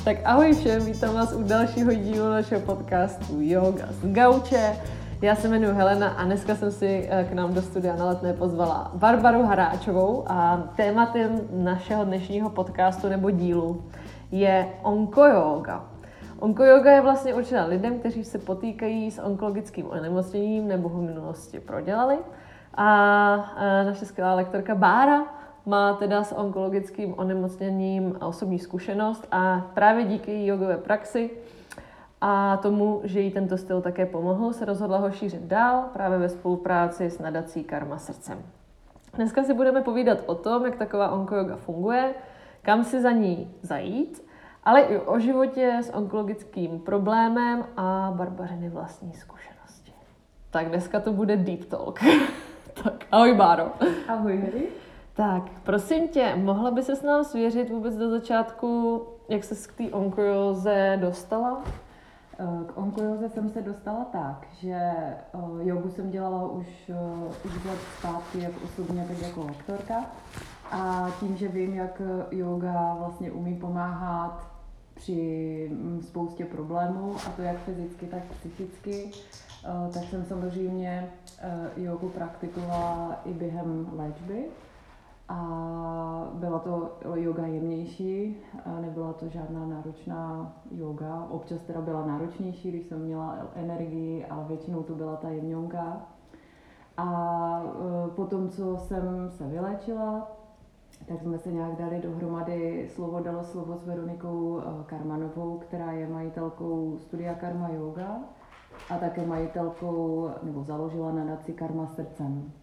Tak ahoj všem, vítám vás u dalšího dílu našeho podcastu Yoga z gauče. Já se jmenuji Helena a dneska jsem si k nám do studia na Letné pozvala Barbaru Haráčovou a tématem našeho dnešního podcastu nebo dílu je onkoyoga. Onkoyoga je vlastně určena lidem, kteří se potýkají s onkologickým onemocněním nebo ho v minulosti prodělali. A naše skvělá lektorka Bára má teda s onkologickým onemocněním osobní zkušenost a právě díky její jogové praxi a tomu, že jí tento styl také pomohl, se rozhodla ho šířit dál právě ve spolupráci s nadací Karma srdcem. Dneska si budeme povídat o tom, jak taková onkoyoga funguje, kam si za ní zajít, ale i o životě s onkologickým problémem a Barbařiny vlastní zkušenosti. Tak dneska to bude deep talk. Tak ahoj Báro. Ahoj Heli. Tak, prosím tě, mohla by ses nám svěřit vůbec do začátku, jak ses k té onkojóze dostala? K onkojóze jsem se dostala tak, že jogu jsem dělala už let zpátky, jak osobně, tak jako lektorka. A tím, že vím, jak yoga vlastně umí pomáhat při spoustě problémů, a to jak fyzicky, tak psychicky, tak jsem samozřejmě jogu praktikovala i během léčby. A byla to yoga jemnější, nebyla to žádná náročná yoga. Občas teda byla náročnější, když jsem měla energii, ale většinou to byla ta jemňonka. A potom, co jsem se vyléčila, tak jsme se nějak dali dohromady, dalo slovo s Veronikou Karmanovou, která je majitelkou studia Karma Yoga a také majitelkou, nebo založila nadaci Karma srdcem.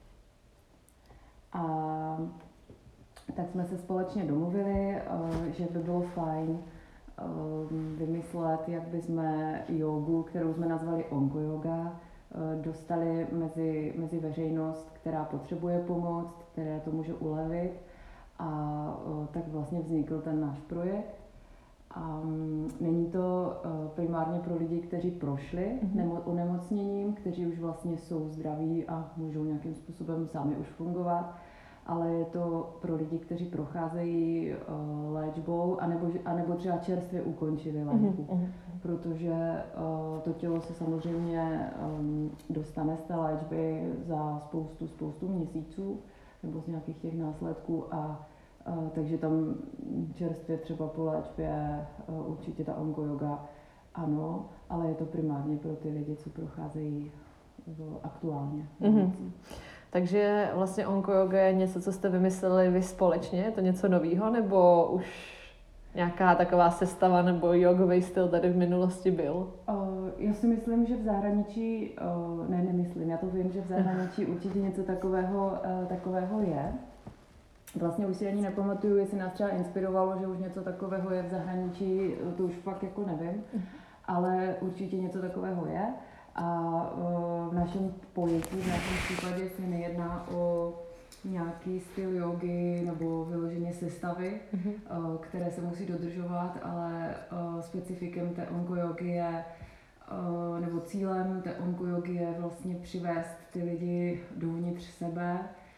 A tak jsme se společně domluvili, že by bylo fajn vymyslet, jak bychom jogu, kterou jsme nazvali onkoyoga, dostali mezi veřejnost, která potřebuje pomoc, které to může ulevit. A tak vlastně vznikl ten náš projekt. A není to primárně pro lidi, kteří prošli onemocněním, kteří už vlastně jsou zdraví a můžou nějakým způsobem sami už fungovat, ale je to pro lidi, kteří procházejí léčbou anebo třeba čerstvě ukončili léčbu, protože to tělo se samozřejmě dostane z té léčby za spoustu měsíců nebo z nějakých těch následků takže tam čerstvě třeba po léčbě určitě ta onkoyoga ano, ale je to primárně pro ty lidi, co procházejí aktuálně. Takže vlastně onkoyoga je něco, co jste vymysleli vy společně? Je to něco novýho, nebo už nějaká taková sestava nebo jogový styl tady v minulosti byl? Já si myslím, že v zahraničí, nemyslím, já to vím, že v zahraničí určitě něco takového je. Vlastně už si ani nepamatuju, jestli nás třeba inspirovalo, že už něco takového je v zahraničí, to už fakt jako nevím, ale určitě něco takového je. A v našem pojetí, v našem případě se nejedná o nějaký styl jogy nebo vyloženě sestavy, které se musí dodržovat, ale specifikem té onkoyogy je, nebo cílem té onkoyogy je vlastně přivést ty lidi dovnitř sebe,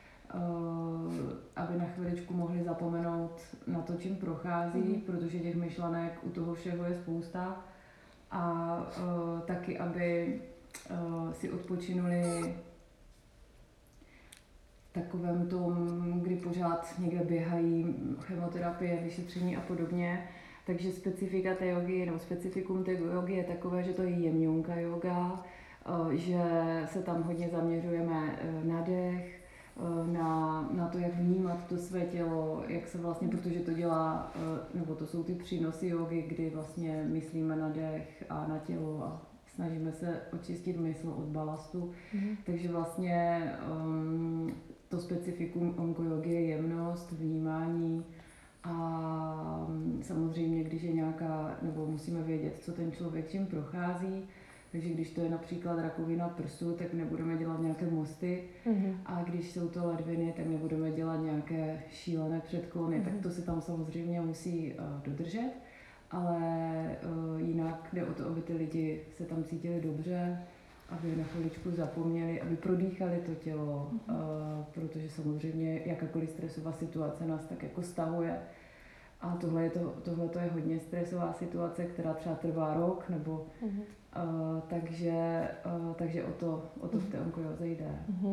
aby na chviličku mohli zapomenout na to, čím prochází, protože těch myšlenek u toho všeho je spousta. A taky, aby si odpočinuli takovém tom, kdy pořád někde běhají chemoterapie, vyšetření a podobně. Takže specifika té jogy, nebo specifikum té jogy je takové, že to je jemňonka yoga, že se tam hodně zaměřujeme na dech, na to, jak vnímat to své tělo, jak se vlastně, protože to dělá, nebo to jsou ty přínosy jogy, kdy vlastně myslíme na dech a na tělo a snažíme se očistit mysl od balastu. Takže vlastně to specifikum onkoyogy je jemnost, vnímání a samozřejmě, když je nějaká, nebo musíme vědět, co ten člověk čím prochází. Takže když to je například rakovina prsu, tak nebudeme dělat nějaké mosty. A když jsou to ledviny, tak nebudeme dělat nějaké šílené předklony. Tak to se tam samozřejmě musí dodržet. Ale jinak jde o to, aby ty lidi se tam cítili dobře, aby na chviličku zapomněli, aby prodýchali to tělo. Protože samozřejmě jakákoliv stresová situace nás tak jako stahuje. A tohle je hodně stresová situace, která třeba trvá rok, nebo takže o to v té onkojóze jde.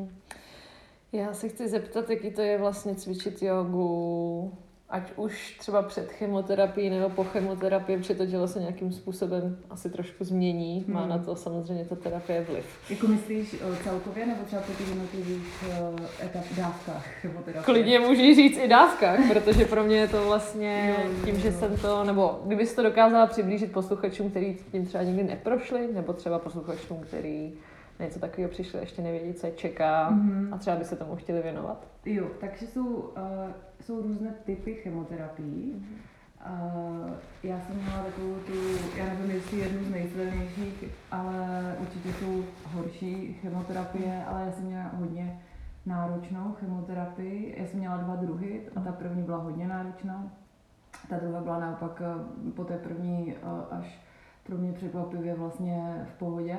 Já se chci zeptat, jaký to je vlastně cvičit jogu, ať už třeba před chemoterapií nebo po chemoterapii, protože to tělo se nějakým způsobem asi trošku změní. Má na to samozřejmě ta terapie vliv. Jako myslíš celkově nebo třeba po těch jednotlivých dávkách chemoterapie? Klidně můžeš říct i dávkách, protože pro mě je to vlastně tím, že jsem to, nebo kdybys to dokázala přiblížit posluchačům, kteří tím třeba nikdy neprošli, nebo třeba posluchačům, který něco takového přišli, ještě nevědí, co je čeká a třeba by se tomu chtěli věnovat. Jo, takže jsou různé typy chemoterapií. Já jsem měla takovou já nevím, jestli jednu z nejslednějších, ale určitě jsou horší chemoterapie, ale já jsem měla hodně náročnou chemoterapii. Já jsem měla 2 druhy a ta první byla hodně náročná. Ta druhá byla naopak po té první až pro mě překvapivě vlastně v pohodě.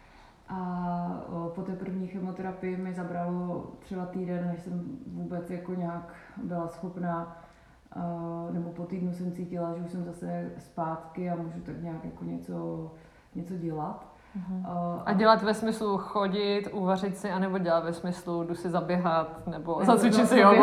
A po té první chemoterapii mi zabralo třeba týden, než jsem vůbec jako nějak byla schopná, nebo po týdnu jsem cítila, že už jsem zase zpátky a můžu tak nějak jako něco dělat. A dělat ve smyslu chodit, uvařit si, anebo dělat ve smyslu jdu si zaběhat, nebo zacvičit si jogu?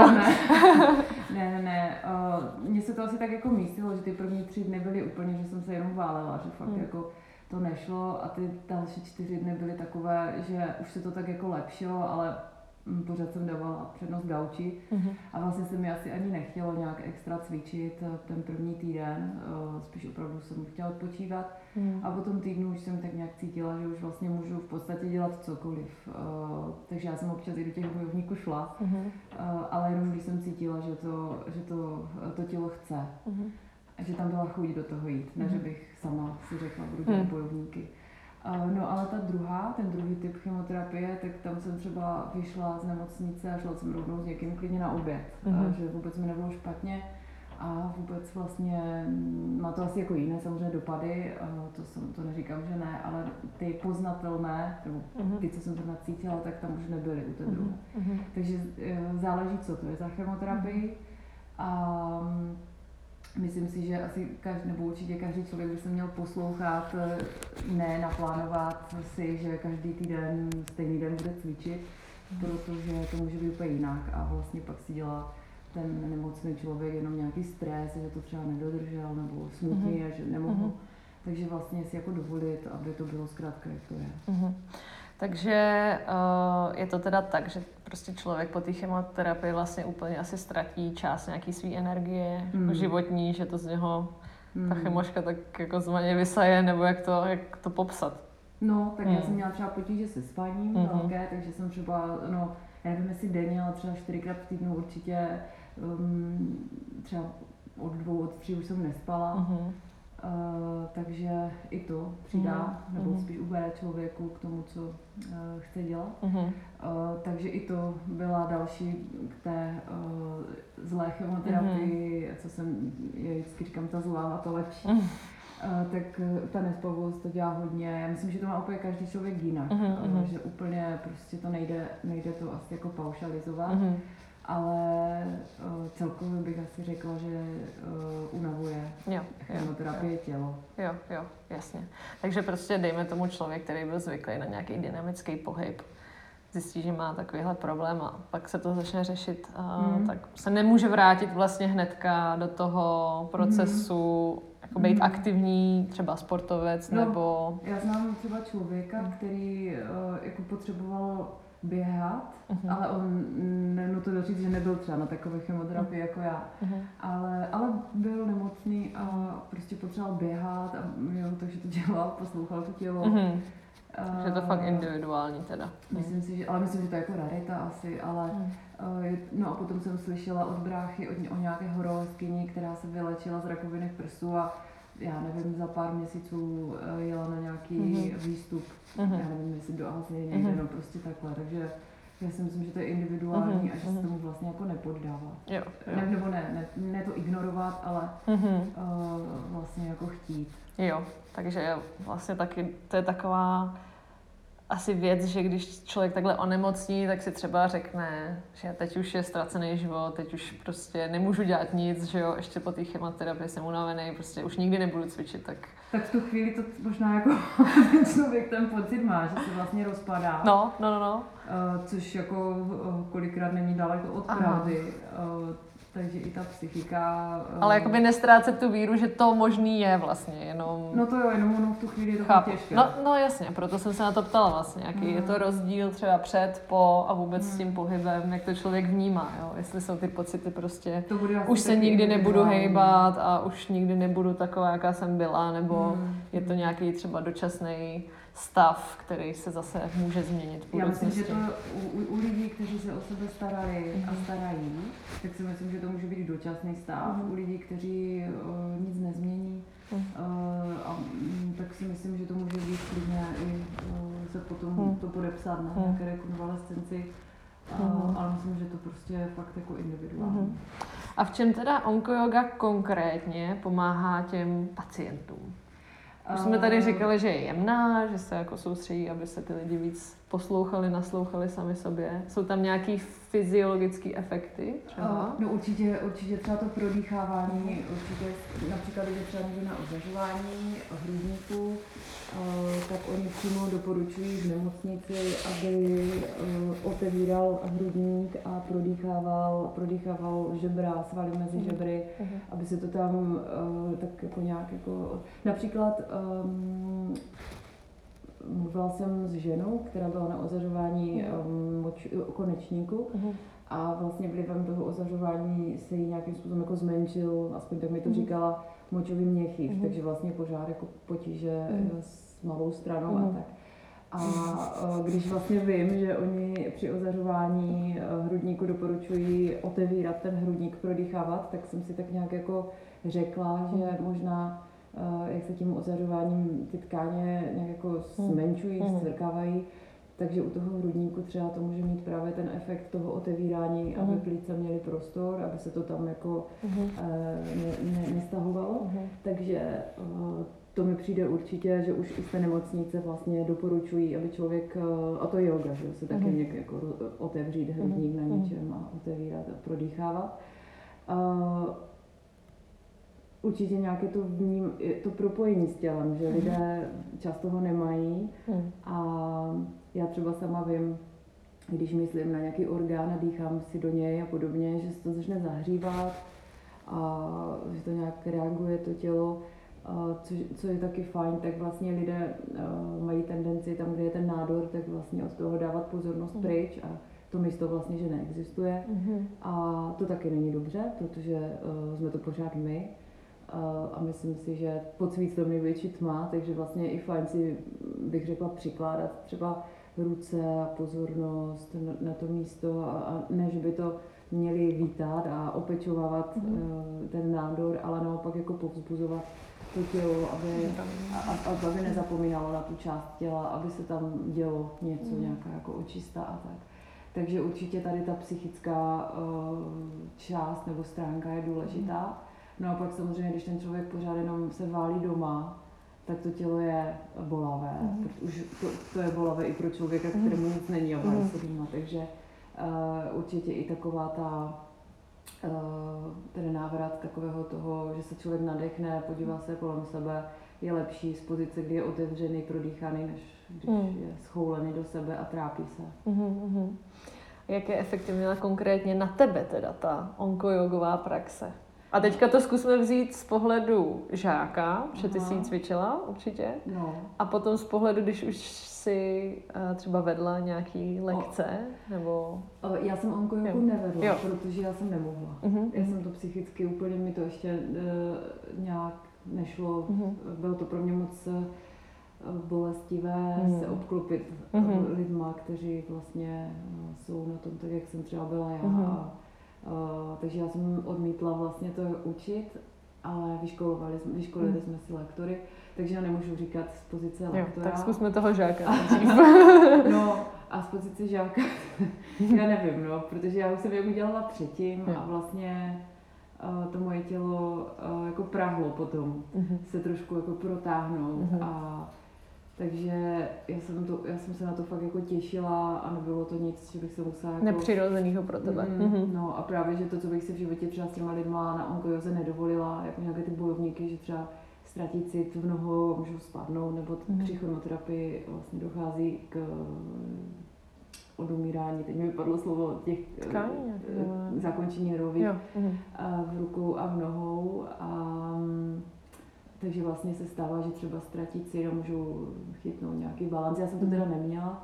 Ne. Mně se to asi tak jako myslelo, že ty první 3 dny byly úplně, že jsem se jenom válela, že fakt jako to nešlo a ty další 4 dny byly takové, že už se to tak jako lepšilo, ale pořád jsem dávala přednost gauči a vlastně se mi asi ani nechtělo nějak extra cvičit ten první týden, spíš opravdu jsem chtěla odpočívat a po tom týdnu už jsem tak nějak cítila, že už vlastně můžu v podstatě dělat cokoliv, takže já jsem občas i do těch bojovníků šla, ale jenom když jsem cítila, že to tělo chce. Že tam byla chuť do toho jít, ne že bych sama si řekla, budu dělat bojovníky. No ale ten druhý typ chemoterapie, tak tam jsem třeba vyšla z nemocnice a šla jsem rovnou s někým klidně na oběd, že vůbec mi nebylo špatně a vůbec vlastně má to asi jako jiné samozřejmě dopady, to neříkám, že ne, ale ty poznatelné, nebo ty, co jsem zrovna cítila, tak tam už nebyly u té druhé. Takže záleží, co to je za chemoterapii. A myslím si, že asi nebo určitě každý člověk by se měl poslouchat, ne naplánovat si, že každý týden, stejný den bude cvičit, protože to může být úplně jinak a vlastně pak si dělá ten nemocný člověk jenom nějaký stres, že to třeba nedodržel nebo smutný a že nemohl. Takže vlastně si jako dovolit, aby to bylo zkrátka, jak to je. Takže je to teda tak, že prostě člověk po té chemoterapii vlastně úplně asi ztratí část nějaký svý energie životní, že to z něho ta chemoška tak jako zvaně vysaje, nebo jak to popsat? No, tak já jsem měla třeba potíže se spaním velké, takže jsem třeba, já nevím jestli denně, ale třeba 4krát v týdnu určitě, třeba od 2, od 3 už jsem nespala. Takže i to přidá, nebo spíš ubere člověku k tomu, co chce dělat. Takže i to byla další k té zlé chemoterapii, co jsem, vždycky říkám, ta zlá a to lepší. Tak ta nespavost to dělá hodně. Já myslím, že to má úplně každý člověk jinak, že úplně prostě to nejde to asi jako paušalizovat. Ale celkově bych asi řekla, že unavuje chemoterapie tělo. Jo, jasně. Takže prostě dejme tomu člověk, který byl zvyklý na nějaký dynamický pohyb, zjistí, že má takovýhle problém a pak se to začne řešit, tak se nemůže vrátit vlastně hnedka do toho procesu, jako být aktivní, třeba sportovec, nebo... Já znám třeba člověka, který jako potřeboval běhat, ale on nenutno říct, že nebyl třeba na takové chemoterapii jako já, ale byl nemocný a prostě potřeboval běhat a takže to dělal, poslouchal to tělo. Je to fakt individuální teda. Myslím si, že to je jako rarita asi, ale no a potom jsem slyšela od bráchy o nějaké horolezkyni, která se vylečila z rakoviny prsu a já nevím, za pár měsíců jela na nějaký výstup, já nevím, jestli do Asie někde, no prostě takhle, takže já si myslím, že to je individuální a že se tomu vlastně jako nepoddává. Jo. Nebo ne to ignorovat, ale vlastně jako chtít. Jo, takže vlastně taky to je taková asi věc, že když člověk takhle onemocní, tak si třeba řekne, že teď už je ztracený život, teď už prostě nemůžu dělat nic, že jo, ještě po té chemoterapii jsem unavený, prostě už nikdy nebudu cvičit, tak... Tak v tu chvíli to možná jako člověk ten pocit má, že se vlastně rozpadá. No. Což jako kolikrát není daleko od pravdy. Takže i ta psychika... Ale jakoby nestrácet tu víru, že to možný je vlastně, jenom... No to jo, jenom ono v tu chvíli je to těžké. No jasně, proto jsem se na to ptala vlastně, jaký je to rozdíl třeba před, po a vůbec s tím pohybem, jak to člověk vnímá, jo? Jestli jsou ty pocity prostě, už se nikdy nebudu hejbat a už nikdy nebudu taková, jaká jsem byla, nebo je to nějaký třeba dočasný stav, který se zase může změnit v budoucnosti. Já myslím, že to u lidí, kteří se o sebe starali a starají, tak si myslím, že to může být dočasný stav. U lidí, kteří nic nezmění, tak si myslím, že to může být klidně i se potom to podepsat na nějaké rekonvalescenci. Ale myslím, že to prostě je fakt jako individuální. A v čem teda onkoyoga konkrétně pomáhá těm pacientům? Už jsme tady říkali, že je jemná, že se jako soustředí, aby se ty lidi víc poslouchali, naslouchali sami sobě. Jsou tam nějaký fyziologické efekty třeba? No určitě třeba to prodýchávání, určitě například, když je třeba někdo na odzařování hrudníku, tak oni přímo doporučují v nemocnici, aby otevíral hrudník a prodýchával žebra, svaly mezi žebry, aby se to tam tak jako nějak jako... Například mluvila jsem s ženou, která byla na ozařování konečníku a vlastně vlivem toho ozařování se jí nějakým způsobem jako zmenšil, aspoň tak mi to říkala, močový měchýř, takže vlastně pořád jako potíže s malou stranou a tak. A když vlastně vím, že oni při ozařování hrudníku doporučují otevírat ten hrudník, prodýchávat, tak jsem si tak nějak jako řekla, že možná jak se tím ozařováním ty tkáně nějak jako zmenšují, zcvrkávají, takže u toho hrudníku třeba to může mít právě ten efekt toho otevírání, aby plíce měly prostor, aby se to tam jako nestahovalo. Takže to mi přijde určitě, že už i z té nemocnice vlastně doporučují, aby člověk, a to je yoga, že se taky někdy jako otevřít hrudník na něčem a otevírat a prodýchávat. Určitě nějaké to propojení s tělem, že lidé často ho nemají a já třeba sama vím, když myslím na nějaký orgán a dýchám si do něj a podobně, že se to začne zahřívat a že to nějak reaguje to tělo, co je taky fajn, tak vlastně lidé mají tendenci tam, kde je ten nádor, tak vlastně od toho dávat pozornost pryč a to místo vlastně, že neexistuje a to taky není dobře, protože jsme to pořád my. A myslím si, že pod svícnem největší tma, takže vlastně i fajn si, bych řekla, přikládat třeba ruce a pozornost na to místo a ne, že by to měli vítat a opečovávat ten nádor, ale naopak jako povzbuzovat to tělo, aby nezapomínalo na tu část těla, aby se tam dělo něco, nějaká jako očista a tak. Takže určitě tady ta psychická část nebo stránka je důležitá. No a pak samozřejmě, když ten člověk pořád jenom se válí doma, tak to tělo je bolavé. Už to je bolavé i pro člověka, kterému nic není a válí se doma. Takže určitě i taková ten návrat takového toho, že se člověk nadechne, podívá se kolem sebe, je lepší z pozice, kdy je otevřený, prodýchaný, než když je schoulený do sebe a trápí se. Jak je efektivně konkrétně na tebe teda ta onkojogová praxe? A teďka to zkusme vzít z pohledu žáka, že ty jsi ji cvičila určitě. No. A potom z pohledu, když už si třeba vedla nějaký lekce, nebo... Já jsem onkojogu nevedla, protože já jsem nemohla. Já jsem to psychicky, úplně mi to ještě nějak nešlo. Bylo to pro mě moc bolestivé se obklopit lidma, kteří vlastně jsou na tom tak, jak jsem třeba byla já. Takže já jsem odmítla vlastně to učit, ale vyškolili jsme si lektory, takže já nemůžu říkat z pozice lektora. Tak zkusme toho žáka. No a z pozice žáka, já nevím, protože já už jsem jogu dělala předtím a vlastně to moje tělo jako prahlo potom se trošku jako protáhnout a Takže já jsem se na to fakt jako těšila a nebylo to nic, že bych se musela jako... Nepřirozenýho pro tebe. No a právě, že to, co bych si v životě třeba s těma lidma na onkojóze nedovolila, jako nějaké ty bojovníky, že třeba ztratí cit v nohou, můžou spadnout, nebo při chemoterapii vlastně dochází k odumírání, teď mi vypadlo slovo těch zakončení rovy v rukou a v nohou. Takže vlastně se stává, že třeba ztratí cit a můžou chytnout nějaký balans. Já jsem to teda neměla,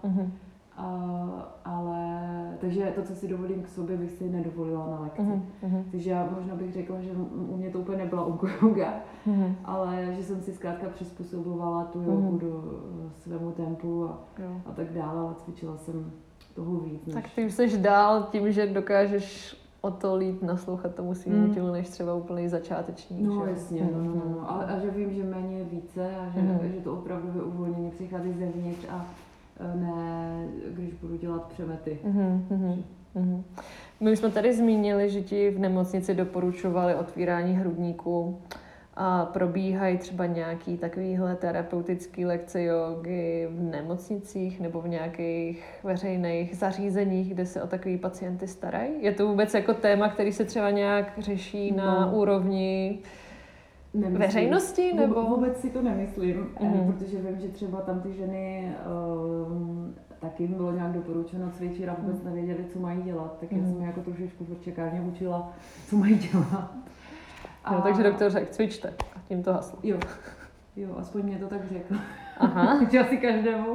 ale takže to, co si dovolím k sobě, bych si nedovolila na lekci. Takže já možná bych řekla, že u mě to úplně nebyla onkoyoga, ale že jsem si zkrátka přizpůsobovala tu jogu do svému tempu a tak dále, ale cvičila jsem toho víc. Tak ty už jsi dál tím, že dokážeš o to líp naslouchat tomu svým tělu, než třeba úplný začáteční. No jasně, no. A že vím, že méně je více a že to opravdu uvolnění přichází zevnitř a ne, když budu dělat přemety. My už jsme tady zmínili, že ti v nemocnici doporučovali otvírání hrudníku a probíhají třeba nějaký takovýhle terapeutický lekce jogy v nemocnicích nebo v nějakých veřejných zařízeních, kde se o takový pacienty starají? Je to vůbec jako téma, který se třeba nějak řeší na úrovni veřejnosti? Nebo? Vůbec si to nemyslím, protože vím, že třeba tam ty ženy taky jim bylo nějak doporučeno cvičit a vůbec nevěděli, co mají dělat. Tak já jsem je jako trošičku v čekárně učila, co mají dělat. No, takže doktor řekl, cvičte. A tím to haslo. Jo, aspoň mě to tak řekl. Aha. Takže asi každému.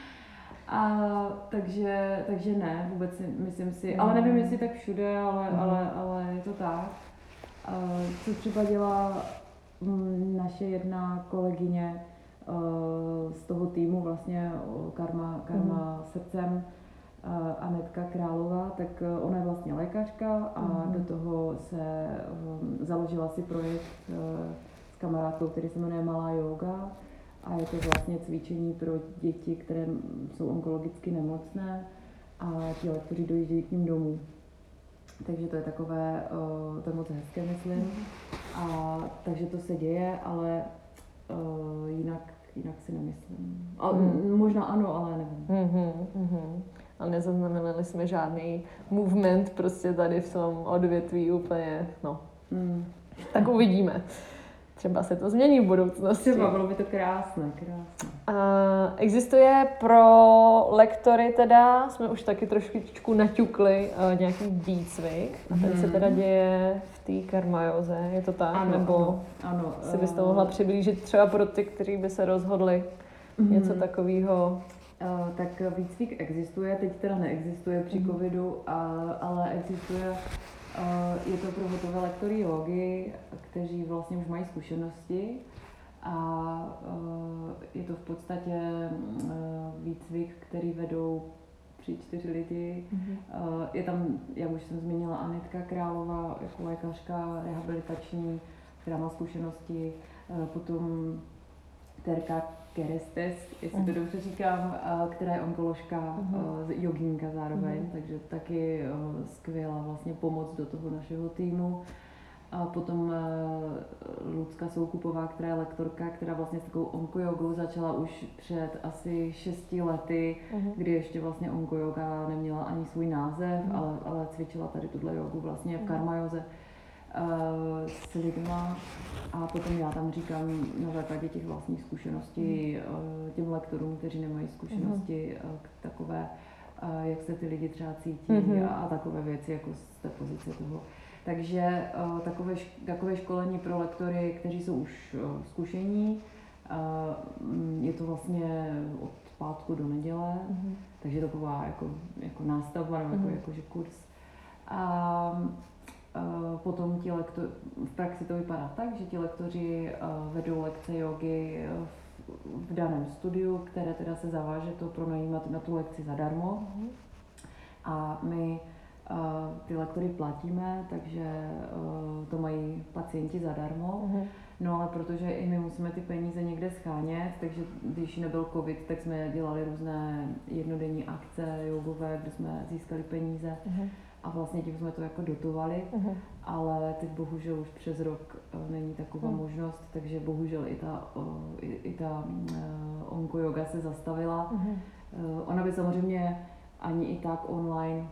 Takže ne, vůbec si, myslím si, ale nevím, jestli tak všude, ale je to tak. Co třeba dělá naše jedna kolegyně z toho týmu vlastně Karma srdcem, Anetka Králová, tak ona je vlastně lékařka a do toho se založila si projekt s kamarádkou, který se jmenuje Malá yoga a je to vlastně cvičení pro děti, které jsou onkologicky nemocné a ti lektoři dojíždějí k ním domů. Takže to je takové, to je moc hezké, myslím. Takže to se děje, ale jinak si nemyslím. Možná ano, ale nevím. Ale nezaznamenali jsme žádný movement prostě tady v tom odvětví úplně, Tak uvidíme. Třeba se to změní v budoucnosti. Třeba, bylo by to krásné. Existuje pro lektory teda, jsme už taky trošičku naťukli nějaký výcvik a ten se teda děje v té karmajóze, je to tak? Nebo ano, si bys to mohla přiblížit třeba pro ty, kteří by se rozhodli něco takového? Tak výcvik existuje, teď teda neexistuje při covidu, ale existuje. Je to pro hotové lektory jógy, kteří vlastně už mají zkušenosti a je to v podstatě výcvik, který vedou 3-4 lidi. Je tam, jak už jsem zmínila, Anetka Králová jako lékařka rehabilitační, která má zkušenosti, potom Terka Kerestes, jestli to dobře říkám, která je onkoložka, jogínka zároveň, takže taky skvělá vlastně pomoc do toho našeho týmu. A potom Lucka Soukupová, která je lektorka, která vlastně s takovou onkojogou začala už před asi 6 lety, kdy ještě vlastně onkojoga neměla ani svůj název, ale cvičila tady tuhle jogu vlastně v karmajóze s lidma a potom já tam říkám na základě těch vlastních zkušeností těm lektorům, kteří nemají zkušenosti takové, jak se ty lidi třeba cítí a takové věci jako z té pozice toho. Takže takové školení pro lektory, kteří jsou už zkušení, je to vlastně od pátku do neděle, takže to taková jako nástavba nebo jako že kurz. Potom v praxi to vypadá tak, že ti lektoři vedou lekce jogy v daném studiu, které teda se zaváže to pronajímat na tu lekci zadarmo. A my Ty lektory platíme, takže to mají pacienti zadarmo. No ale protože i my musíme ty peníze někde schánět, takže když nebyl covid, tak jsme dělali různé jednodenní akce jogové, kde jsme získali peníze a vlastně tím jsme to jako dotovali, ale teď bohužel už přes rok není taková možnost, takže bohužel i ta onko yoga se zastavila. Ona by samozřejmě ani i tak online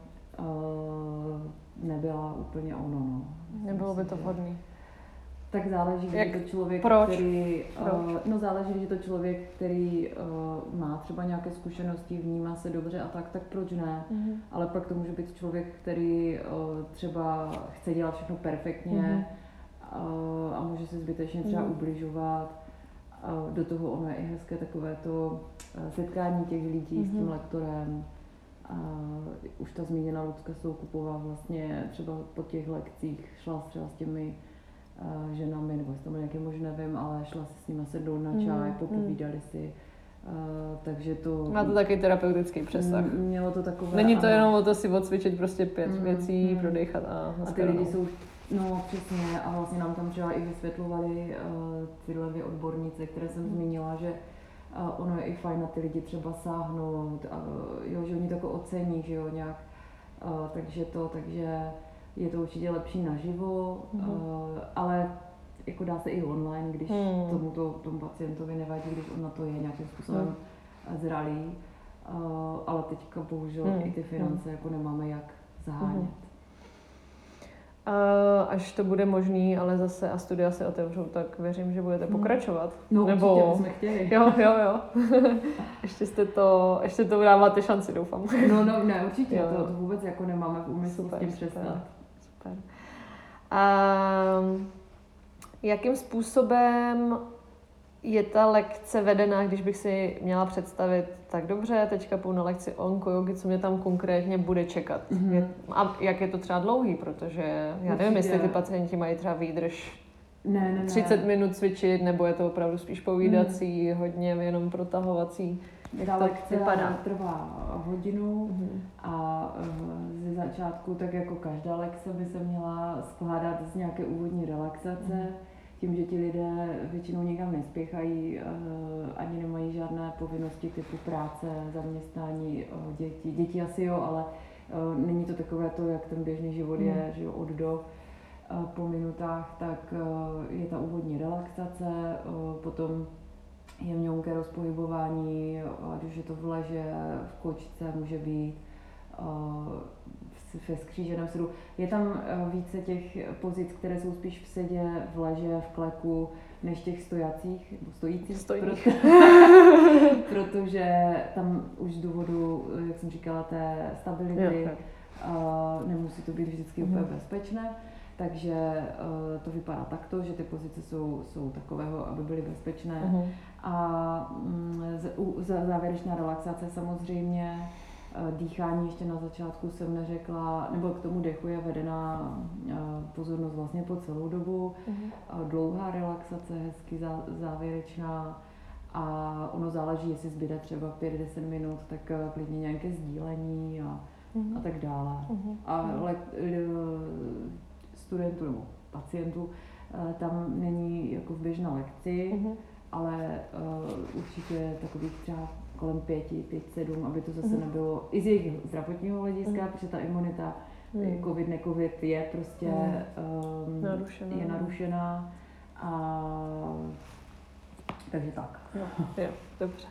nebyla úplně ono. No. Nebylo by to vhodné. Tak záleží, když je to člověk, který záleží, když je to člověk, který má třeba nějaké zkušenosti, vnímá se dobře a tak proč ne? Ale pak to může být člověk, který třeba chce dělat všechno perfektně a může se zbytečně třeba ubližovat. Do toho ono je i hezké takové to setkání těch lidí s tím lektorem. Už ta zmíněná Lucka Soukupová vlastně třeba po těch lekcích šla třeba s těmi ženami, nebo jestli to bylo nějaké možné, nevím, ale šla si s nimi sednout na čaj, popovídali si. Takže to... Má to taky terapeutický přesah. Mělo to takové... Není to jenom o to si odcvičit prostě 5 věcí, prodejchat a ty lidi jsou... No přesně, a vlastně nám tam třeba i vysvětlovali tyhle dvě odbornice, které jsem zmínila, že ono je i fajn na ty lidi třeba sáhnout, že oni to jako ocení, že jo, nějak. Takže je to určitě lepší naživo, ale jako dá se i online, když tomu pacientovi nevadí, když on na to je nějakým způsobem zralý, ale teďka bohužel i ty finance jako nemáme jak zahánět. Až to bude možný, ale zase a studia se otevřou, tak věřím, že budete pokračovat. No nebo... určitě bychom chtěli. Jo. ještě to dáváte šanci, doufám. No ne, určitě, to vůbec jako nemáme v úmyslu s tím přestat. Super. Jakým způsobem je ta lekce vedená, když bych si měla představit, tak dobře, teďka půjdu na lekci onko jogy, co mě tam konkrétně bude čekat? A jak je to třeba dlouhý, protože já nevím, jestli ty pacienti mají třeba výdrž 30 minut cvičit, nebo je to opravdu spíš povídací, hodně jenom protahovací. Ta lekce trvá hodinu a ze začátku, tak jako každá lekce by se měla skládat z nějaké úvodní relaxace. Tím, že ti lidé většinou nikam nespěchají, ani nemají žádné povinnosti typu práce, zaměstnání, děti. Děti asi jo, ale není to takové to, jak ten běžný život je, že jo, od do po minutách, tak je ta úvodní relaxace, potom je mělké rozpohybování, ať už je to v leže, v kočce, může být ve skříženém sedu. Je tam více těch pozic, které jsou spíš v sedě, v leže, v kleku, než těch stojících. Protože tam už z důvodu, jak jsem říkala, té stability, nemusí to být vždycky úplně bezpečné. Takže to vypadá takto, že ty pozice jsou takového, aby byly bezpečné. A závěrečná relaxace samozřejmě, dýchání ještě na začátku jsem neřekla, nebo k tomu dechu je vedená pozornost vlastně po celou dobu. Dlouhá relaxace, hezky závěrečná a ono záleží, jestli zbyde třeba 5-10 minut, tak klidně nějaké sdílení a tak dále. Ale studentů nebo pacientů tam není jako v běžné lekci, ale určitě takových třeba kolem 5-7, aby to zase nebylo i z jejich zdravotního hlediska, protože ta imunita, covid, necovid, je prostě je narušená. Takže tak. Jo, dobře.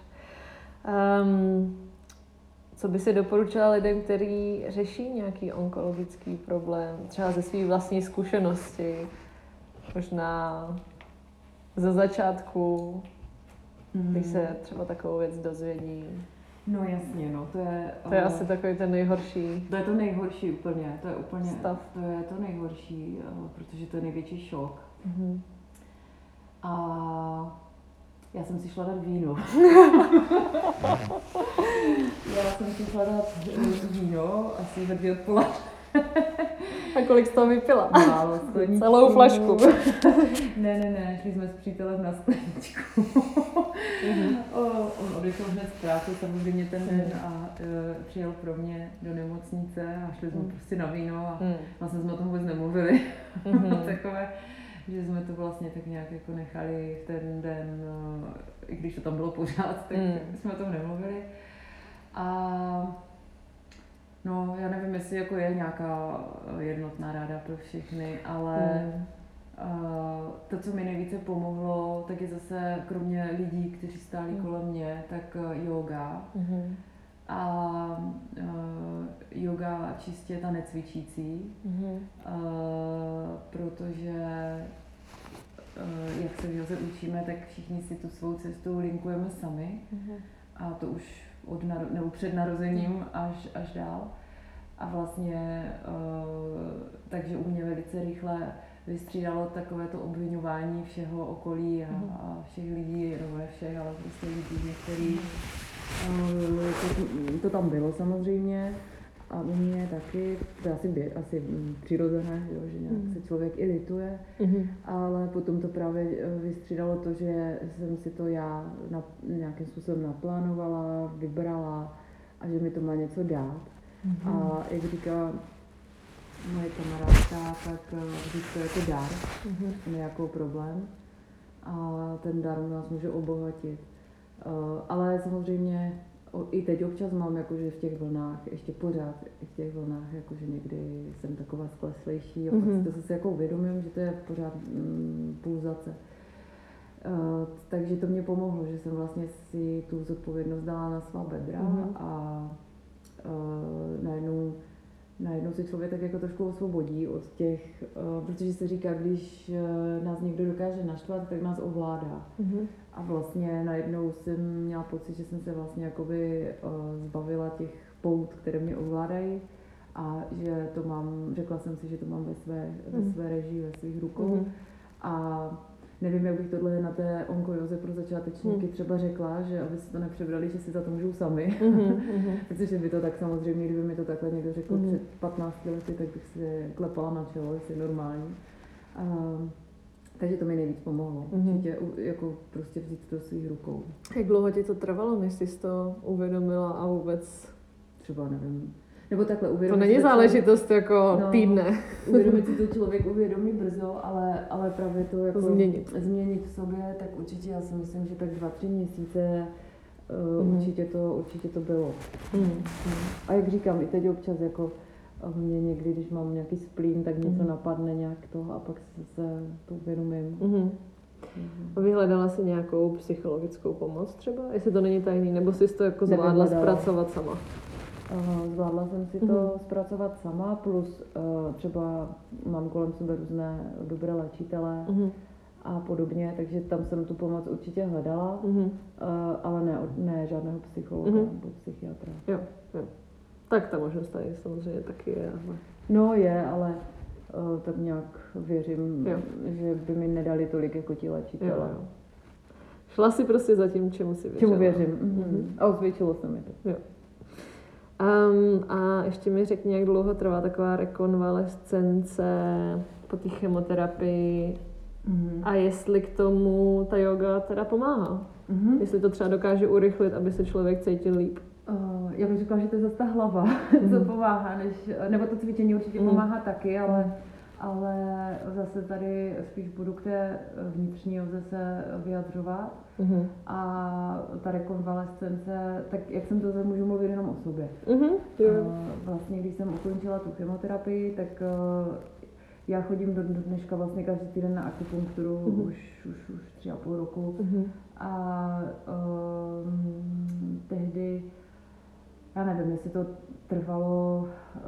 Co by si doporučila lidem, kteří řeší nějaký onkologický problém, třeba ze své vlastní zkušenosti, možná ze začátku, když se třeba takovou věc dozvědí? No jasně, no, to je asi takový ten nejhorší. To je to nejhorší úplně, to je úplně stav. To je to nejhorší, protože to je největší šok. A já jsem si šla dát víno. asi ve 2 odpoledne. A kolik z toho vypila? Málo, skleničku. Celou flašku. Ne, šli jsme s přítelem na skleničku. On odešel hned z práce samozřejmě ten den a přijel pro mě do nemocnice a šli jsme prostě na víno a vlastně jsme o tom vůbec nemluvili. Takové, že jsme to vlastně tak nějak jako nechali v ten den, i když to tam bylo pořád, tak jsme o tom nemluvili. A no, já nevím, jestli jako je nějaká jednotná ráda pro všechny, ale to, co mi nejvíce pomohlo, tak je zase, kromě lidí, kteří stáli kolem mě, tak yoga. A yoga čistě ta necvičící, protože jak se v józe učíme, tak všichni si tu svou cestu linkujeme sami. A to už nebo před narozením až dál. A vlastně, takže u mě velice rychle vystřídalo takové to obviňování všeho okolí a všech lidí, nebo ne všech, ale prostě lidí některých. To tam bylo samozřejmě a u mě taky, to je asi přirozené, že nějak se člověk irituje, ale potom to právě vystřídalo to, že jsem si to já nějakým způsobem naplánovala, vybrala a že mi to má něco dát. A jak říká moje kamarádka, tak vždyť to je jako dar, nějakou problém a ten dar nás může obohatit. Ale samozřejmě i teď občas mám jakože v těch vlnách, ještě pořád v těch vlnách, jakože někdy jsem taková skleslejší a pak si to zase jako uvědomím, že to je pořád pulzace. Takže to mě pomohlo, že jsem si tu zodpovědnost dala na svá bedra a najednou se člověk tak jako trošku osvobodí od těch, protože se říká, když nás někdo dokáže naštvat, tak nás ovládá. A vlastně najednou jsem měla pocit, že jsem se vlastně jakoby zbavila těch pout, které mě ovládají a že to mám, řekla jsem si, že to mám ve své režii, ve svých rukou. A nevím, jak bych tohle na té onkojóze pro začátečníky třeba řekla, že aby si to nepřebrali, že si za to můžou sami. Protože by to tak samozřejmě, kdyby mi to takhle někdo řekl před 15 lety, tak bych si klepala na čelo, jestli je normální. Takže to mi nejvíc pomohlo. Určitě jako prostě vzít to do svých rukou. Jak dlouho ti to trvalo, než jsi to uvědomila a vůbec? Třeba nevím. Nebo takhle uvědomit. To není záležitost jako týdne. Uvědomit si to člověk uvědomí brzo, ale právě to jako změnit v sobě, tak určitě já si myslím, že tak 2-3 měsíce určitě to bylo. A jak říkám, i teď občas jako mě někdy, když mám nějaký splín, tak něco napadne nějak toho a pak se to uvědomím. Vyhledala jsi nějakou psychologickou pomoc třeba? Jestli to není tajný, nebo jsi to jako zvládla zpracovat sama? Zvládla jsem si to zpracovat sama, plus třeba mám kolem sebe různé dobré léčitele a podobně, takže tam jsem tu pomoc určitě hledala, ale ne žádného psychologa nebo psychiatra. Jo. Tak ta možnost tady samozřejmě taky je. No je, ale tak nějak věřím, že by mi nedali tolik jako ti léčitele. Jo. Šla si prostě za tím, čemu si věřila. Čemu věřím. A osvědčilo se mi to. Jo. A ještě mi řekni, jak dlouho trvá taková rekonvalescence po té chemoterapii a jestli k tomu ta yoga teda pomáhá. Jestli to třeba dokáže urychlit, aby se člověk cítil líp. Já bych řekla, že to je zase ta hlava, co pomáhá, nebo to cvičení určitě pomáhá taky, ale zase tady spíš budu k té vnitřní józe se vyjadřovat. A ta rekonvalescence, tak jak jsem to můžu mluvit jenom o sobě. Vlastně, když jsem ukončila tu chemoterapii, tak já chodím do dneška vlastně každý týden na akupunkturu už 3,5 roku. A tehdy, já nevím, jestli to trvalo,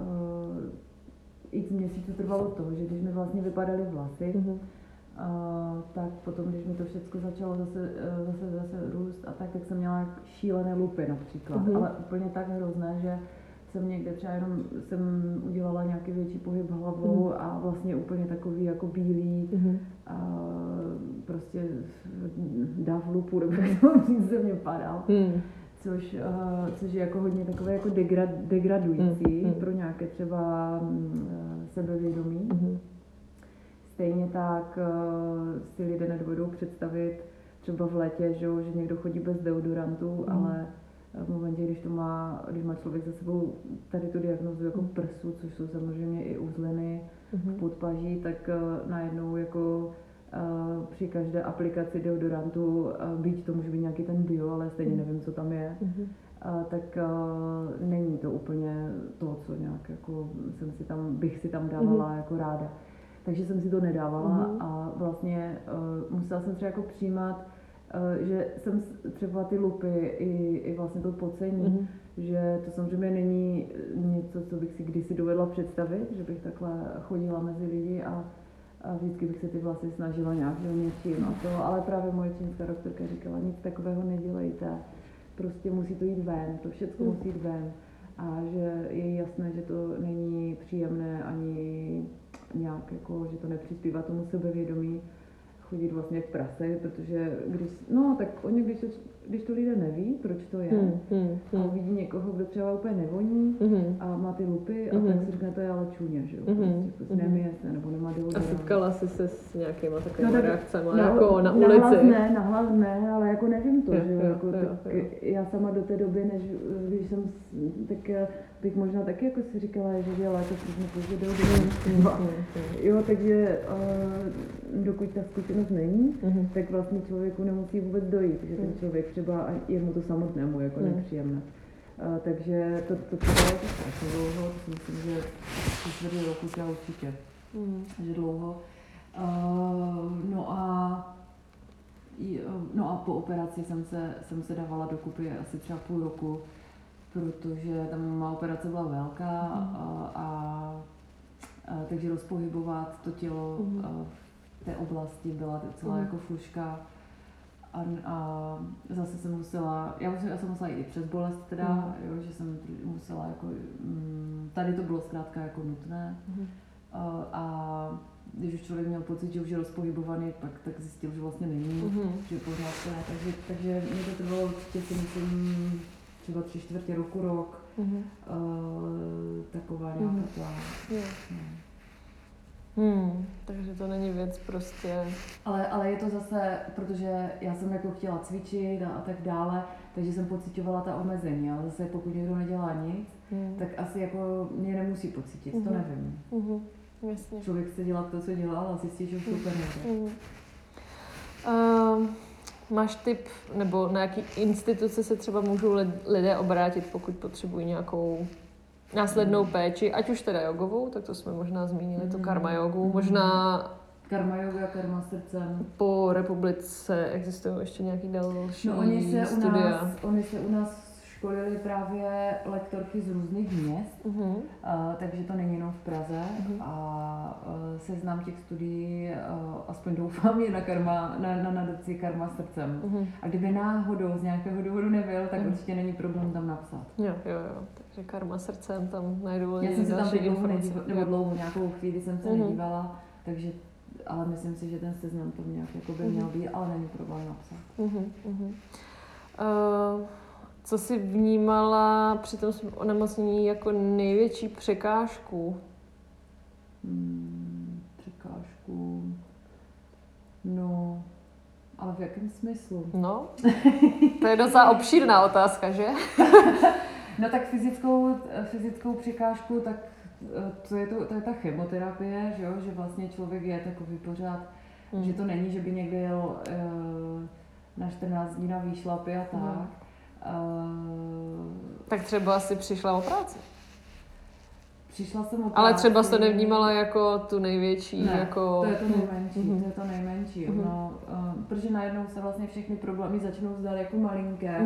x měsíců trvalo to, že když mi vlastně vypadaly vlasy, tak potom, když mi to všechno začalo zase růst a tak jsem měla šílené lupy například, ale úplně tak hrozné, že jsem někde třeba jenom jsem udělala nějaký větší pohyb hlavou a vlastně úplně takový jako bílý prostě dáv lupu, nebo se mě padal. Což je jako hodně takové jako degradující pro nějaké třeba sebevědomí. Stejně tak si lidé nedovedou představit třeba v létě, že někdo chodí bez deodorantu, ale v momentě, když má člověk za sebou tady tu diagnózu jako prsu, což jsou samozřejmě i uzliny v podpaží, tak najednou jako při každé aplikaci deodorantu, byť to může být nějaký ten bio, ale stejně nevím, co tam je, tak není to úplně to, co nějak jako bych si tam dávala jako ráda. Takže jsem si to nedávala a vlastně musela jsem třeba jako přijímat, že jsem třeba ty lupy i vlastně to pocení, že to samozřejmě není něco, co bych si kdysi dovedla představit, že bych takhle chodila mezi lidi a vždycky bych se ty vlasy snažila nějak něčím a to, ale právě moje čínská doktorka říkala, nic takového nedělejte, prostě musí to jít ven, to všechno musí jít ven a že je jasné, že to není příjemné ani nějak jako, že to nepřispívá tomu sebevědomí chodit vlastně jak prase, protože když to lidé neví, proč to je, a uvidí někoho, kdo třeba úplně nevoní a má ty lupy a tak si řekne, to je ale čuně, že jo, prostě nemije se, nebo nemá deodorant. A setkala jsi se s nějakýma takovými reakcemi, jako na ulici? Nahlas ne, ale jako nevím to, že jo, jako, já sama do té doby, než když jsem, tak bych možná taky jako si říkala, že dělá to přesně pozdě deodorant. Jo, takže dokud ta zkušenost není, tak vlastně člověku nemusí vůbec dojít, že ten člověk třeba je mu to samotnému jako nepříjemné. Takže to třeba je to strašně dlouho, to si myslím, že 4 roku třeba určitě, že dlouho. No a po operaci jsem se dávala dokupy asi třeba půl roku, protože tam má operace byla velká takže rozpohybovat to tělo v té oblasti byla docela jako fuška. A zase jsem musela, já jsem musela jít i přes bolest teda, jo, že jsem musela jako, tady to bylo zkrátka jako nutné. A když už člověk měl pocit, že už je rozpohybovaný, tak zjistil, že vlastně není, že pořád to ne. Takže mě to trvalo určitě si myslím třeba 3/4 roku, rok, taková nějaká plán. Takže to není věc prostě... Ale je to zase, protože já jsem jako chtěla cvičit a tak dále, takže jsem pocitovala ta omezení, ale zase pokud někdo nedělá nic, tak asi jako mě nemusí pocítit, to nevím. Jasně. Člověk chce dělat to, co dělal a zjistí, že už to úplně nejde. Máš tip, nebo na jaký instituce se třeba můžou lidé obrátit, pokud potřebují nějakou následnou péči, ať už teda jogovou, tak to jsme možná zmínili, to karma jogu, možná... Karma yoga, karma srdcem. Po republice existují ještě nějaký další studia. Oni se u nás školili právě lektorky z různých měst, takže to není jenom v Praze a seznam těch studií, aspoň doufám, je na nadaci Karma srdcem. A kdyby náhodou z nějakého důvodu nebyl, tak určitě není problém tam napsat. Jo, takže Karma srdcem tam najdou lidi. Já jsem se tam teď dlouho, nějakou chvíli jsem se nedívala, takže ale myslím si, že ten seznam tam nějak jako by měl být, ale není problém napsat. Co jsi vnímala při tom onemocnění jako největší překážku? Překážku... No... Ale v jakém smyslu? No, to je docela obšírná otázka, že? No tak fyzickou překážku, tak to je ta chemoterapie, že vlastně člověk je takový pořád, že to není, že by někde jel na 14 dní na výšlapy a tak. Tak třeba si přišla o práci. Přišla jsem o práci. Ale třeba jsi to nevnímala jako tu největší. Ne, jako... to je to nejmenší. To je to nejmenší. No, protože najednou se vlastně všechny problémy začnou zdát jako malinké.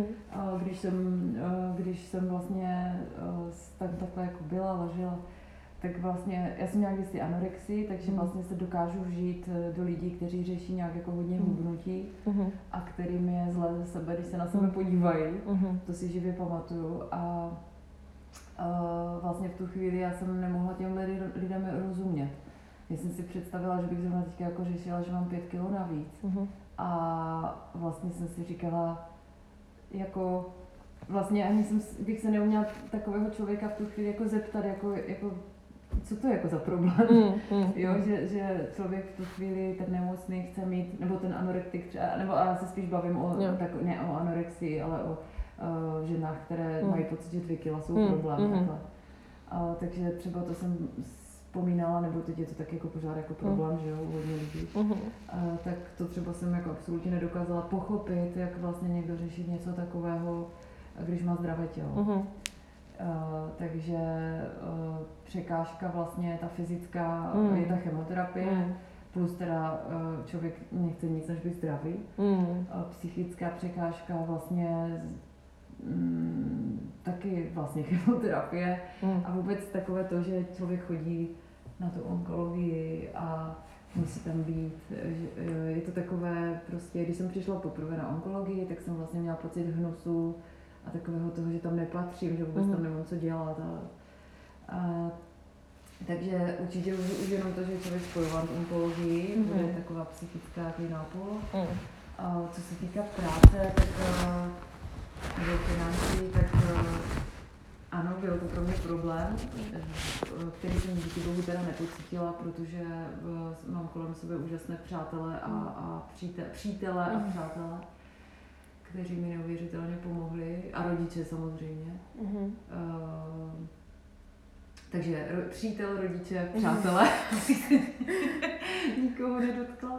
Když jsem vlastně takhle jako byla, ležela, tak vlastně, já jsem měla kdysi anorexii, takže vlastně se dokážu vžít do lidí, kteří řeší nějak jako hodně hubnutí a kterým je zle ze sebe, když se na sebe podívají. To si živě pamatuju. A vlastně v tu chvíli já jsem nemohla těm lidem rozumět. Já jsem si představila, že bych zrovna teďka jako řešila, že mám 5 kilo navíc. A vlastně jsem si říkala, jako vlastně ani bych se neuměla takového člověka v tu chvíli jako zeptat, jako co to je jako za problém. Jo, že člověk v tu chvíli ten nemocný chce mít, nebo ten anorektik třeba, nebo já se spíš bavím ne o anorexii, ale o ženách, které mají pocit, že 2 kila jsou problém. Takhle. Takže třeba to jsem vzpomínala, nebo teď je to tak jako pořád jako problém, že jo, u hodně lidí. Tak to třeba jsem jako absolutně nedokázala pochopit, jak vlastně někdo řešit něco takového, když má zdravé tělo. Takže překážka vlastně ta fyzická je ta chemoterapie, plus teda člověk nechce nic než být zdravý. Psychická překážka vlastně taky vlastně chemoterapie a vůbec takové to, že člověk chodí na tu onkologii a musí tam být. Je to takové prostě, když jsem přišla poprvé na onkologii, tak jsem vlastně měla pocit hnusu a takového toho, že tam nepatřím, že vůbec tam nemám co dělat. Takže určitě už jenom to, že je člověk spojován s onkologii, to je taková psychická nápol. Co se týká práce, tak nebo financí, tak ano, byl to pro mě problém, který jsem díky bohu teda nepocítila, protože mám kolem sebe úžasné přátelé a přítele a přátelé, kteří mi neuvěřitelně pomohli, a rodiče samozřejmě. Takže přítel, rodiče, přátelé, nikoho nedotkla.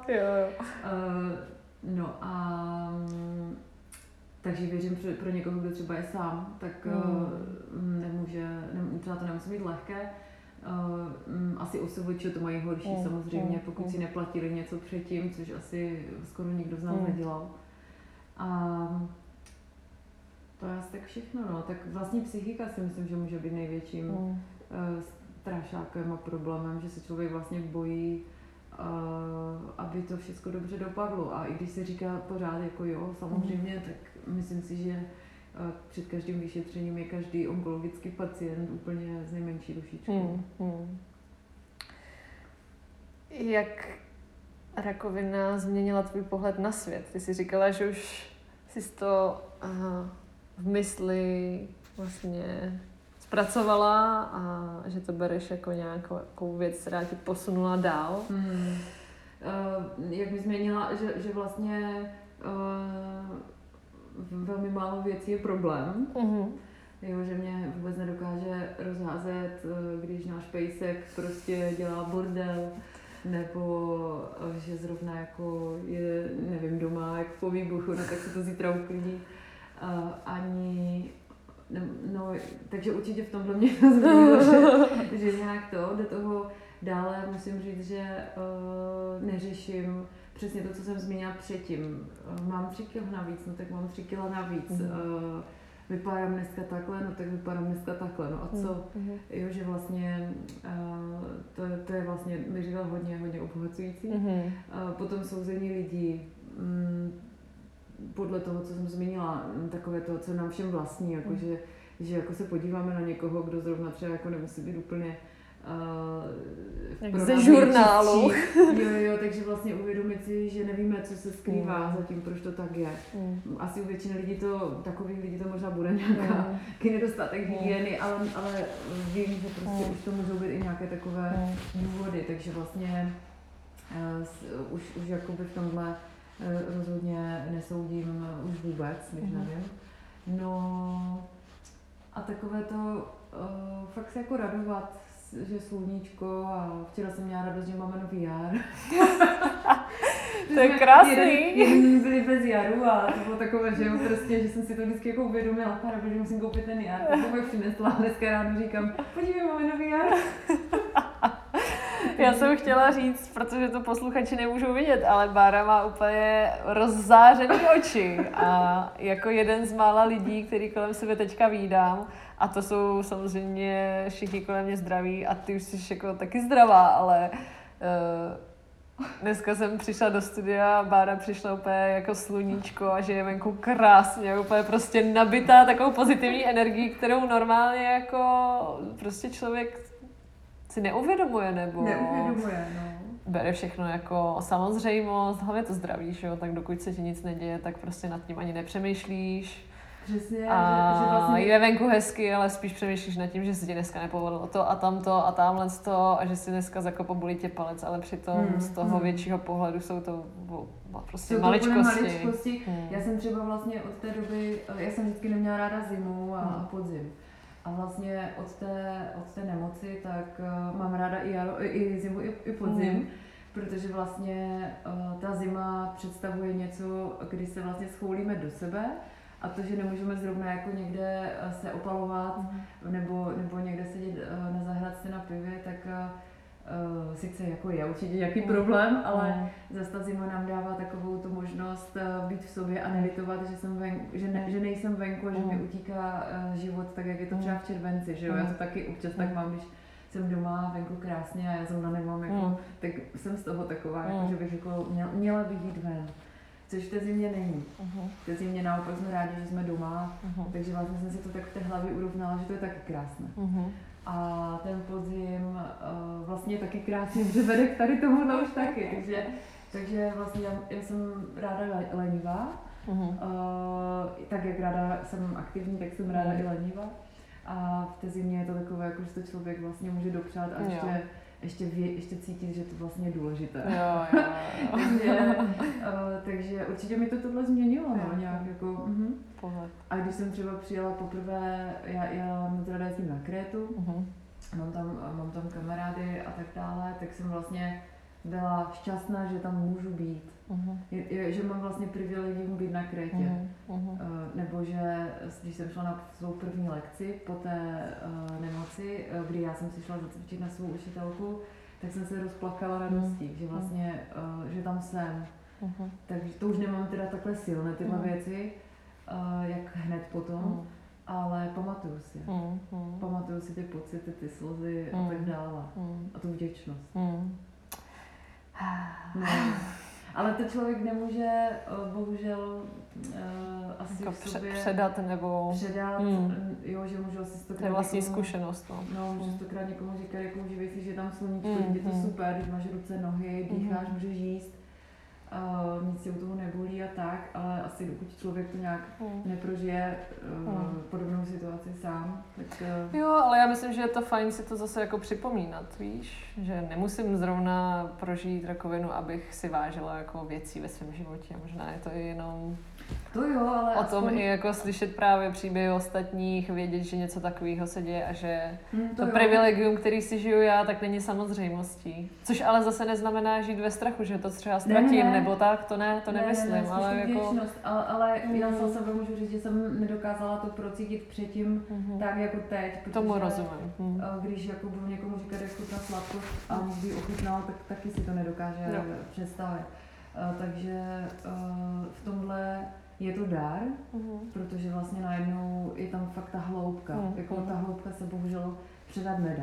No a takže věřím, že pro někoho, kdo třeba je sám, tak třeba to nemusí být lehké. Asi OSVČ to mají horší samozřejmě, pokud si neplatili něco předtím, což asi skoro nikdo z nás nedělal. A to je asi tak všechno, no. Tak vlastně psychika si myslím, že může být největším strašákem a problémem, že se člověk vlastně bojí, aby to všechno dobře dopadlo. A i když se říká pořád jako jo, samozřejmě, tak myslím si, že před každým vyšetřením je každý onkologický pacient úplně z nejmenší dušičkou. Jak rakovina změnila tvůj pohled na svět? Ty jsi říkala, že už jsi to v mysli vlastně zpracovala a že to bereš jako nějakou věc, která ti posunula dál. Jak mi změnila, že vlastně velmi málo věcí je problém. Jo, že mě vůbec nedokáže rozházet, když náš pejsek prostě dělá bordel, nebo že zrovna jako je, nevím, doma jako po výbuchu, no tak se to zítra uklidí. Takže určitě v tomhle mě to změnilo, že nějak to, do toho dále musím říct, že neřeším přesně to, co jsem zmínila předtím. Mám 3 kg navíc, no tak mám 3 kg navíc. Vypadám dneska takhle, no tak vypadám dneska takhle, no a co? Jo, že vlastně to je vlastně, bych říkala, hodně obohacující. Potom souzení lidí, podle toho, co jsem zmínila, takové to, co nám všem vlastní, jako že jako se podíváme na někoho, kdo zrovna třeba jako nemusí být úplně ze žurnálu. Jo, takže vlastně uvědomit si, že nevíme, co se skrývá zatím, proč to tak je. Asi u většiny lidí takových lidí to možná bude nějaký nedostatek hygieny, ale vím, že prostě už to můžou být i nějaké takové důvody, takže vlastně už jakoby v tomhle rozhodně nesoudím už vůbec, když nevím. No a takové to fakt se jako radovat, že sluníčko, a včera jsem měla radost, že máme nový jar. To je krásný. Jeden byli bez jaru a to bylo takové, že jo, prostě, že jsem si to vždycky jako uvědomila, protože musím koupit ten jar. Tak jsem ho přinesla a dneska ráno říkám, podívej, máme nový jar. Já jsem chtěla říct, protože to posluchači nemůžou vidět, ale Bára má úplně rozzářený oči a jako jeden z mála lidí, který kolem sebe teďka vídám, a to jsou samozřejmě všichni kolem mě zdraví a ty už jsi jako taky zdravá, ale dneska jsem přišla do studia a Bára přišla úplně jako sluníčko a že je venku krásně, úplně prostě nabitá takovou pozitivní energií, kterou normálně jako prostě člověk si neuvědomuje, nebo bere všechno jako samozřejmost, hlavně to zdraví, že jo? Tak dokud se ti nic neděje, tak prostě nad tím ani nepřemýšlíš. Přesně, a že vlastně... je venku hezky, ale spíš přemýšlíš nad tím, že se ti dneska nepovedlo to a tamto a tamhle to a že si dneska zakopa bolí tě palec, ale přitom z toho většího pohledu jsou to prostě jsou maličkosti. Já jsem třeba vlastně od té doby, já jsem vždycky neměla ráda zimu a podzim. A vlastně od té nemoci tak mám ráda i zimu, i podzim. Protože vlastně ta zima představuje něco, kdy se vlastně schoulíme do sebe a to, že nemůžeme zrovna jako někde se opalovat nebo někde sedět na zahrádce na pivě, tak sice jako je určitě nějaký problém, ale zase ta zima nám dává takovou tu možnost být v sobě a nelitovat, že nejsem venku, že mi utíká život tak, jak je to třeba v červenci, že jo? Já to taky občas tak mám, když jsem doma venku krásně a já zrovna nemám, jako, tak jsem z toho taková, jako, že bych jako měla bych jít ven. Což v té zimě není. V té zimě naopak jsme rádi, že jsme doma, takže vlastně jsem si to tak v té hlavě urovnala, že to je taky krásné. A ten podzim vlastně je taky krásný, že vede k tady tomuhle už taky. Takže vlastně já jsem ráda lenivá. Tak jak ráda jsem aktivní, tak jsem ráda i lenivá. A v té zimě je to takové, jako, že to člověk vlastně může dopřát a ještě cítit, že to vlastně je důležité. Jo. Takže určitě mi to tohle změnilo, no, nějak jako. Pohled. A když jsem třeba přijela poprvé, já moc ráda jezdím na Krétu, mám tam kamarády a tak dále, tak jsem vlastně byla šťastná, že tam můžu být. Že mám vlastně privilegium být na Krétě. Nebo že když jsem šla na svou první lekci po té nemoci, kdy já jsem si šla zacvičit na svou učitelku, tak jsem se rozplakala radostí, že vlastně, že tam jsem. Takže to už nemám teda takhle silné tyhle věci, jak hned potom, ale pamatuju si. Pamatuju si ty pocity, ty slzy a tak dále. A tu vděčnost. No. Ale to člověk nemůže, bohužel, asi jako v sobě předat, jo, že můžu asi stokrát to je vlastní zkušenost. Že stokrát někomu říkat, jako užívej si, že je tam sluníčko, je to super, když máš ruce, nohy, dýcháš, můžeš jíst, nic se u toho nebolí a tak, ale asi dokud člověk to nějak neprožije podobnou situaci sám, tak... Jo, ale já myslím, že je to fajn si to zase jako připomínat, víš, že nemusím zrovna prožít rakovinu, abych si vážila jako věcí ve svém životě, možná je to i jenom... To jo, ale o tom i jako slyšet právě příběhy ostatních, vědět, že něco takového se děje a že to privilegium, který si žiju já, tak není samozřejmostí. Což ale zase neznamená žít ve strachu, že to třeba ztratím, nebo tak, to nemyslím. Ale jako... ale já zase můžu říct, že jsem nedokázala to procítit předtím tak jako teď. Tomu rozumím. Když jako budu někomu říkat, jak chutná sladkost a on by ochutnal, tak taky si to nedokáže představit. Takže v tomhle je to dar, protože vlastně najednou je tam fakt ta hloubka. Jako ta hloubka se bohužel předat nedá.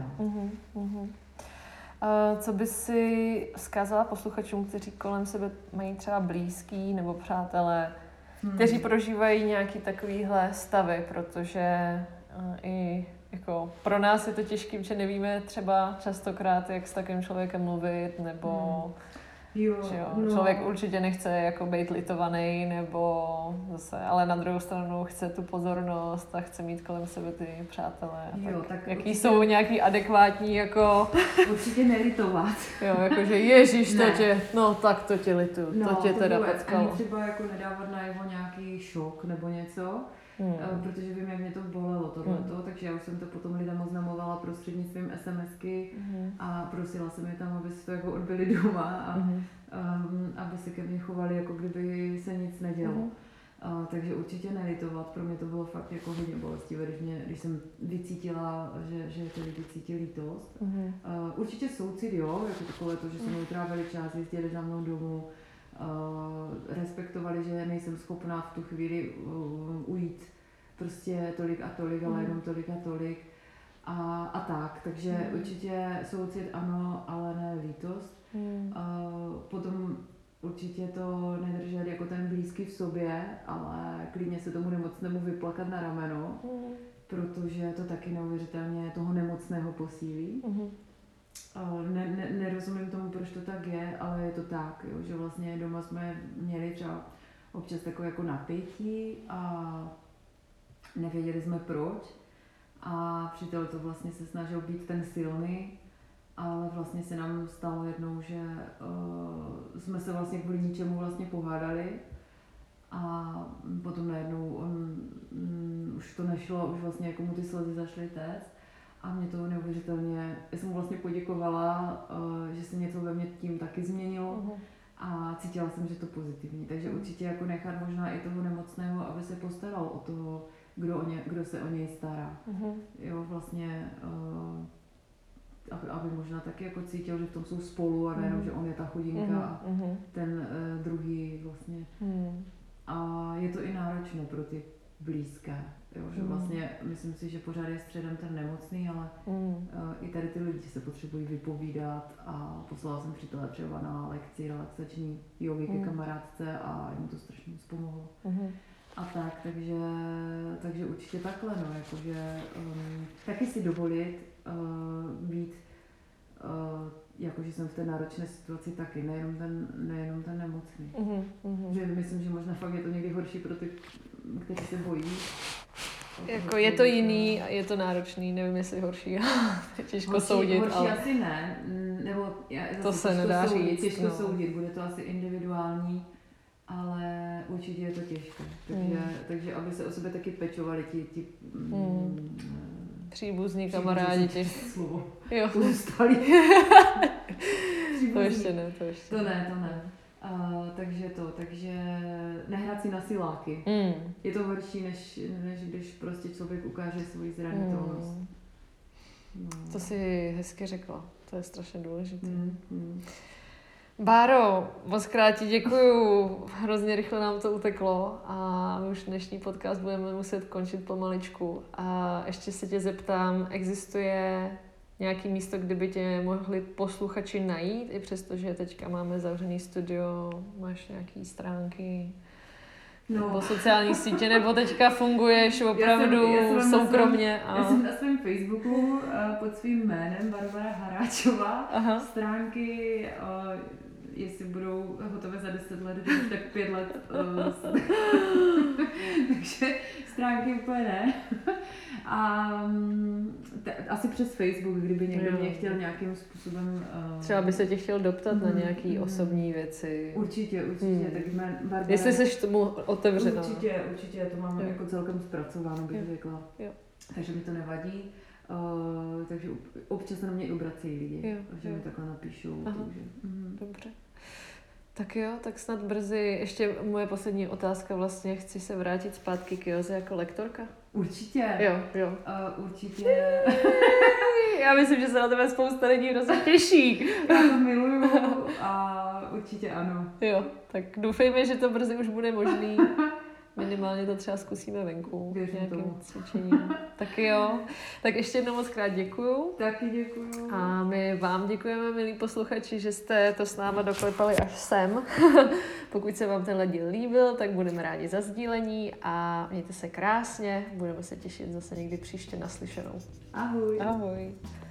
Co by si vzkázala posluchačům, kteří kolem sebe mají třeba blízký nebo přátelé, kteří prožívají nějaký takovýhle stavy, protože i jako pro nás je to těžké, že nevíme třeba častokrát, jak s takovým člověkem mluvit, nebo člověk určitě nechce jako být litovaný, nebo zase, ale na druhou stranu chce tu pozornost a chce mít kolem sebe ty přátelé. Tak jaký určitě... jsou nějaký adekvátní jako... Určitě nelitovat. Jo, jakože ježíš, tak to tě lituju, to tě teda potkalo. Ani třeba jako nedávat najevo nějaký šok nebo něco, protože vím, jak mě to bolelo tohleto, takže já už jsem to potom lidem oznamovala prostřednictvím SMSky a prosila jsem je tam, aby si to jako odbyli doma a aby se ke mně chovali, jako kdyby se nic nedělo. Takže určitě nelitovat, pro mě to bylo fakt jako hodně bolestivé, když jsem vycítila, že ty lidi cítí lítost. Určitě soucit, jo, jako takové to, že se mnou trávili čas, jezdili za mnou domů, respektovali, že nejsem schopná v tu chvíli ujít prostě tolik a tolik, ale jenom tolik a tolik a tak, takže určitě soucit ano, ale ne lítost. Potom určitě to nedržet jako ten blízký v sobě, ale klidně se tomu nemocnému vyplakat na rameno, protože to taky neuvěřitelně toho nemocného posílí. Nerozumím tomu, proč to tak je, ale je to tak, jo, že vlastně doma jsme měli třeba občas takové jako napětí a nevěděli jsme proč a přítel to vlastně se snažil být ten silný, ale vlastně se nám stalo jednou, že jsme se vlastně kvůli ničemu vlastně pohádali a potom najednou už to nešlo, už vlastně jako mu ty slzy zašly téct a mě to neuvěřitelně, já jsem mu vlastně poděkovala, že se něco ve mně tím taky změnilo a cítila jsem, že to pozitivní, takže určitě jako nechat možná i toho nemocného, aby se postaral o toho, kdo se o něj stará. Jo, vlastně aby možná taky jako cítil, že v tom jsou spolu a nejenom, že on je ta chudinka a ten druhý vlastně. A je to i náročné pro ty blízké, jo, že vlastně myslím si, že pořád je středem ten nemocný, ale i tady ty lidi se potřebují vypovídat a poslala jsem přítele třeba na lekci relaxační jogy ke kamarádce a jim to strašně moc pomohlo. A tak, takže určitě takhle, no, jakože taky si dovolit být, jakože jsem v té náročné situaci taky, nejenom ten nemocný. Že myslím, že možná fakt je to někdy horší pro ty, kteří se bojí. Jako je to jiný a je to náročný, nevím, jestli horší, těžko soudit. Horší ale asi ne, nebo to se nedá říct. Těžko soudit, bude to asi individuální, ale určitě je to těžké. Takže aby se o sebe taky pečovali ti příbuzní kamarádi těch. Slovo. Jo. Pozůstalí. To ještě ne. To ne. Takže nehrát si na siláky. Je to horší, než když prostě člověk ukáže svoji zranitelnost. To si hezky řekla. To je strašně důležité. Báro, moc krát ti děkuju, hrozně rychle nám to uteklo a my už dnešní podcast budeme muset končit pomaličku. A ještě se tě zeptám, existuje nějaký místo, kde by tě mohli posluchači najít, i přesto, že teďka máme zavřený studio, máš nějaký stránky, nebo sociální sítě, nebo teďka funguješ opravdu soukromně? Já jsem na svém Facebooku pod svým jménem Barbara Haráčová. Stránky, jestli budou hotové za 10 let, tak 5 let. Takže stránky úplně ne. A asi přes Facebook, kdyby někdo mě chtěl nějakým způsobem... Třeba by se tě chtěl doptat na nějaké osobní věci. Určitě, tak Barbara... Jestli jsi tomu otevřená. Určitě, to mám jako celkem zpracováno, bych řekla. Takže mi to nevadí. Takže občas se na mě i obrací lidi, že mi takhle napíšou. Takže, Dobře. Tak jo, tak snad brzy. Ještě moje poslední otázka vlastně, chci se vrátit zpátky k józe jako lektorka? Určitě. Jo. Určitě. Já myslím, že se na tebe spousta lidí hrozně těší. Já to miluju a určitě ano. Jo, tak doufejme, že to brzy už bude možný. Minimálně to třeba zkusíme venku. Nějakým cvičením. Tak jo. Tak ještě jednou moc krát děkuju. Taky děkuju. A my vám děkujeme, milí posluchači, že jste to s náma doklepali až sem. Pokud se vám tenhle díl líbil, tak budeme rádi za sdílení a mějte se krásně. Budeme se těšit zase někdy příště naslyšenou. Ahoj. Ahoj.